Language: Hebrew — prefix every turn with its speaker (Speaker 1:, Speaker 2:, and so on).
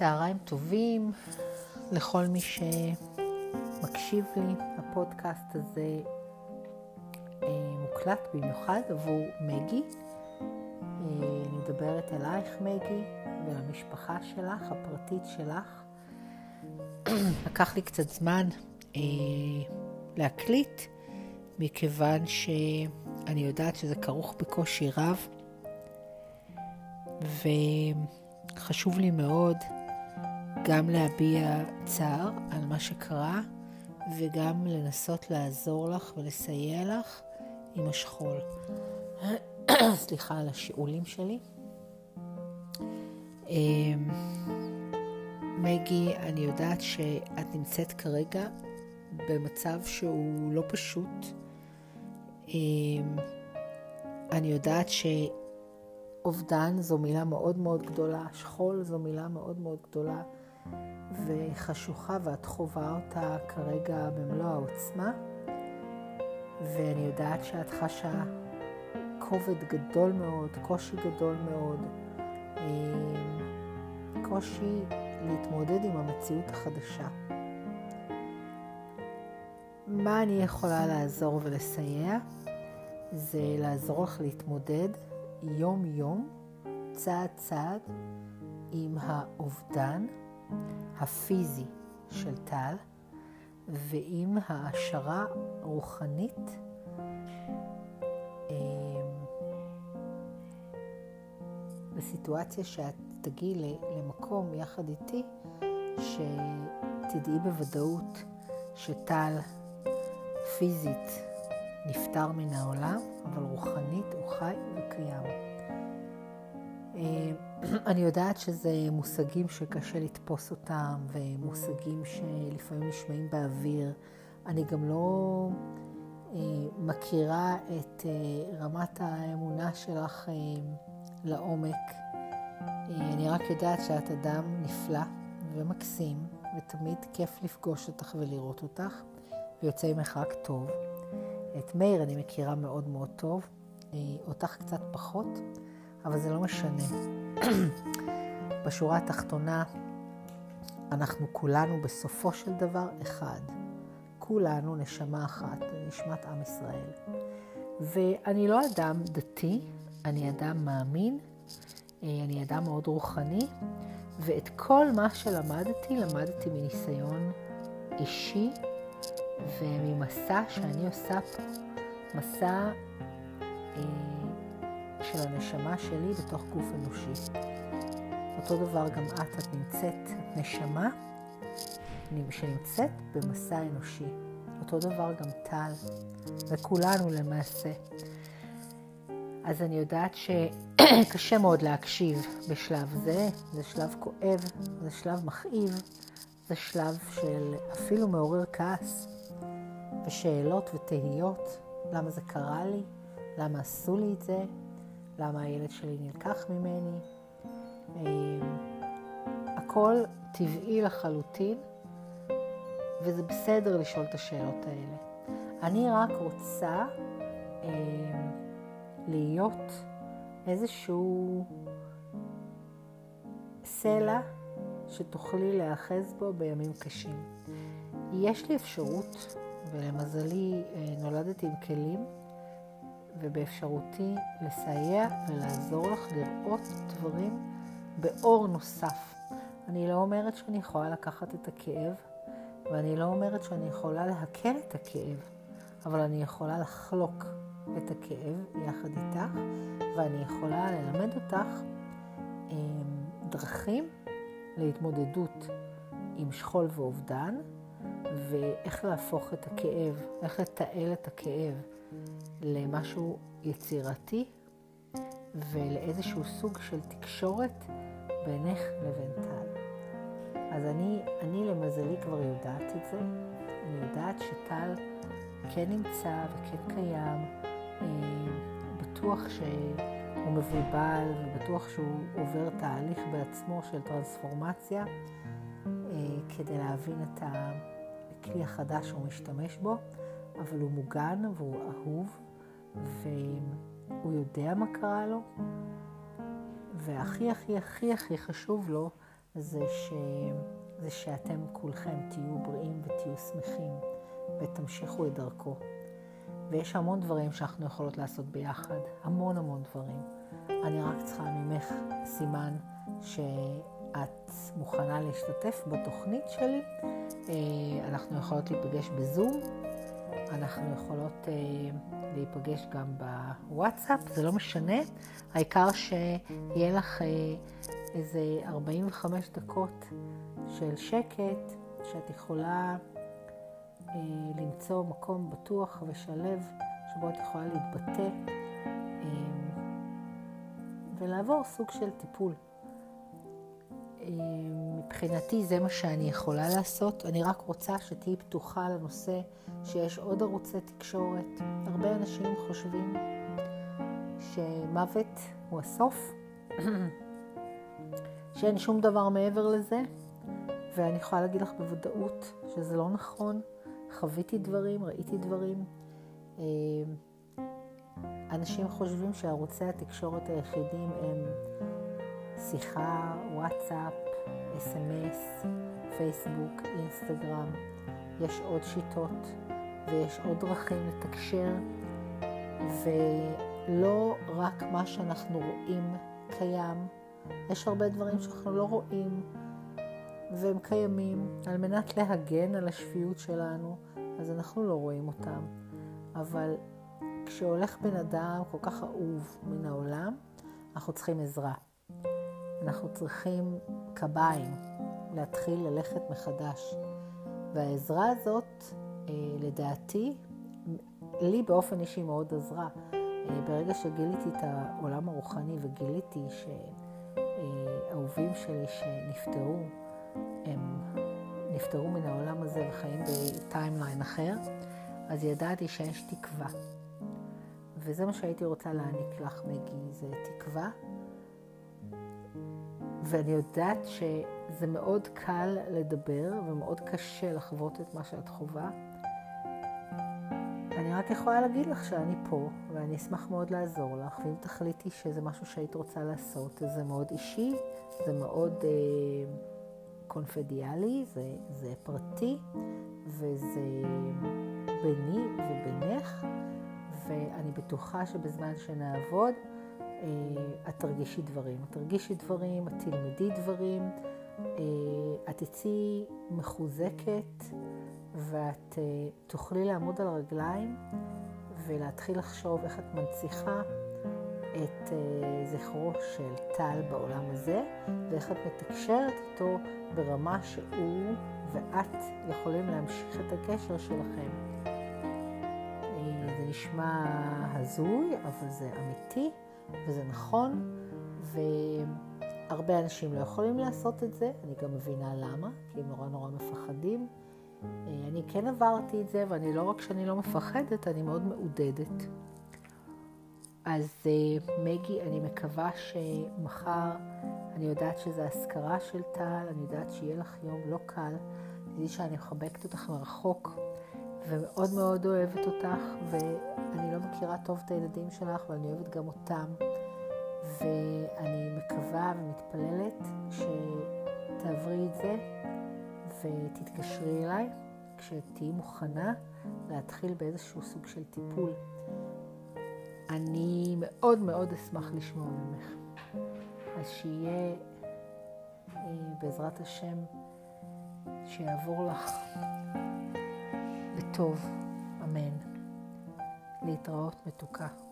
Speaker 1: צהריים טובים לכל מי שמקשיב לי. הפודקאסט הזה מוקלט במיוחד עבור מגי. אני מדברת אלייך מגי ולמשפחה שלך, הפרטית שלך. לקח לי קצת זמן להקליט, מכיוון שאני יודעת שזה כרוך בקושי רב, וחשוב לי מאוד גם להביע צער על מה שקרה, וגם לנסות לעזור לך ולסייע לך עם השכול. סליחה על השיעולים שלי. מגי, אני יודעת שאת נמצאת כרגע במצב שהוא לא פשוט. אני יודעת שאובדן זו מילה מאוד מאוד גדולה, שכול זו מילה מאוד מאוד גדולה וחשוכה, ואת חובה אותה כרגע במלוא העוצמה, ואני יודעת שאת חשה כובד גדול מאוד, קושי גדול מאוד, קושי להתמודד עם המציאות החדשה. מה אני יכולה לעזור ולסייע? זה לעזור לך להתמודד יום יום, צעד צעד, עם האובדן הפיזי של טל, ועם העשרה רוחנית בסיטואציה שאת תגיעי למקום יחד איתי, שתדעי בוודאות שטל פיזית נפטר מן העולם, אבל רוחנית הוא חי וקיים. אני יודעת שזה מושגים שקשה לתפוס אותם, ומושגים שלפעמים נשמעים באוויר. אני גם לא מכירה את רמת האמונה שלך לעומק. אני רק יודעת שאת אדם נפלא ומקסים, ותמיד כיף לפגוש אותך ולראות אותך, ויוצא ממך רק טוב. את מאיר אני מכירה מאוד מאוד טוב, אותך קצת פחות, אבל זה לא משנה. בשורה התחתונה, אנחנו כולנו בסופו של דבר אחד. כולנו נשמה אחת, נשמת עם ישראל. ואני לא אדם דתי, אני אדם מאמין, אני אדם מאוד רוחני, ואת כל מה שלמדתי, למדתי מניסיון אישי, וממסע שאני עושה פה, מסע של הנשמה שלי בתוך גוף אנושי. אותו דבר גם את נמצאת נשמה שנמצאת במסע אנושי. אותו דבר גם טל, וכולנו למעשה. אז אני יודעת שקשה מאוד להקשיב בשלב זה, זה שלב כואב, זה שלב מכאיב, זה שלב של אפילו מעורר כעס ושאלות ותהיות. למה זה קרה לי? למה עשו לי את זה? למה הילד שלי נלקח ממני? הכל טבעי לחלוטין, וזה בסדר לשאול את השאלות האלה. אני רק רוצה להיות איזשהו סלע שתוכלי להאחז בו בימים קשים. יש לי אפשרות, ולמזלי נולדתי עם כלים, ובאפשרותי לסייע ולעזור לך לראות דברים באור נוסף. אני לא אומרת שאני יכולה לקחת את הכאב, ואני לא אומרת שאני יכולה להקל את הכאב, אבל אני יכולה לחלוק את הכאב יחד איתך, ואני יכולה ללמד אותך דרכים להתמודדות עם שכול ואובדן, ואיך להפוך את הכאב, איך לתעל את הכאב למשהו יצירתי, ולאיזשהו סוג של תקשורת בינך לבין טל. אז אני למזלי כבר יודעת את זה. אני יודעת שטל כן נמצא וכן קיים, בטוח שהוא מבולבל, ובטוח שהוא עובר תהליך בעצמו של טרנספורמציה, כדי להבין את הכלי החדש שהוא משתמש בו, אבל הוא מוגן והוא אהוב, והוא יודע מה קרה לו, והכי הכי הכי הכי חשוב לו זה שאתם כולכם תהיו בריאים ותהיו שמחים ותמשיכו את דרכו. ויש המון דברים שאנחנו יכולות לעשות ביחד, המון דברים. אני רק צריכה ממך סימן שאת מוכנה להשתתף בתוכנית שלי. אנחנו יכולות להיפגש בזום, אנחנו יכולות להיפגש גם בוואטסאפ, זה לא משנה. העיקר שיהיה לך איזה 45 דקות של שקט, שאת יכולה למצוא מקום בטוח ושלב שבו את יכולה להתבטא ולעבור סוג של טיפול. מבחינתי זה מה שאני יכולה לעשות. אני רק רוצה שתהיי פתוחה לנושא שיש עוד ערוצי תקשורת. הרבה אנשים חושבים שמוות הוא הסוף, שאין שום דבר מעבר לזה, ואני יכולה להגיד לך בוודאות שזה לא נכון. חוויתי דברים, ראיתי דברים. אנשים חושבים שערוצי התקשורת היחידים הם שיחה, וואטסאפ, SMS, פייסבוק, אינסטגרם. יש עוד שיטות ויש עוד דרכים לתקשר, ולא רק מה שאנחנו רואים קיים. יש הרבה דברים שאנחנו לא רואים והם קיימים. על מנת להגן על השפיות שלנו, אז אנחנו לא רואים אותם. אבל כשהולך בן אדם כל כך אהוב מן העולם, אנחנו צריכים עזרה. אנחנו צריכים קביים, להתחיל ללכת מחדש. והעזרה הזאת, לדעתי, לי באופן אישי מאוד עזרה. ברגע שגיליתי את העולם הרוחני וגיליתי שהאהובים שלי שנפטרו, הם נפטרו מן העולם הזה וחיים בטיימליין אחר, אז ידעתי שיש תקווה. וזה מה שהייתי רוצה להעניק לך, מגי, זה תקווה. ואני יודעת שזה מאוד קל לדבר ומאוד קשה לחוות את מה שאת חובה. אני רק יכולה להגיד לך שאני פה, ואני אשמח מאוד לעזור לך. ואם תחליטי שזה משהו שהיית רוצה לעשות, זה מאוד אישי, זה מאוד קונפידנציאלי, זה פרטי, וזה ביני ובינך. ואני בטוחה שבזמן שנעבוד, את תרגישי דברים, את תלמדי דברים, את תצאי מחוזקת, ואת תוכלי לעמוד על הרגליים ולהתחיל לחשוב איך את מנציחה את זכרו של טל בעולם הזה, ואיך את מתקשרת איתו ברמה שהוא ואת יכולים להמשיך את הקשר שלכם. זה נשמע הזוי, אבל זה אמיתי וזה נכון, והרבה אנשים לא יכולים לעשות את זה. אני גם מבינה למה, כי הם נורא מפחדים. אני כן עברתי את זה, ואני לא רק שאני לא מפחדת, אני מאוד מעודדת. אז מגי, אני מקווה שמחר, אני יודעת שזה הזכרה של טל, אני יודעת שיהיה לך יום לא קל. תדעי שאני מחבקת אותך מרחוק, ומאוד אוהבת אותך, ואני לא מכירה טוב את הילדים שלך, אבל אני אוהבת גם אותם. ואני מקווה ומתפללת שתעברי את זה, ותתקשרי אליי כשתהיי מוכנה להתחיל באיזשהו סוג של טיפול. אני מאוד אשמח לשמוע ממך. אז שיהיה בעזרת השם שיעבור לך בטוב, אמן. להתראות מתוקה.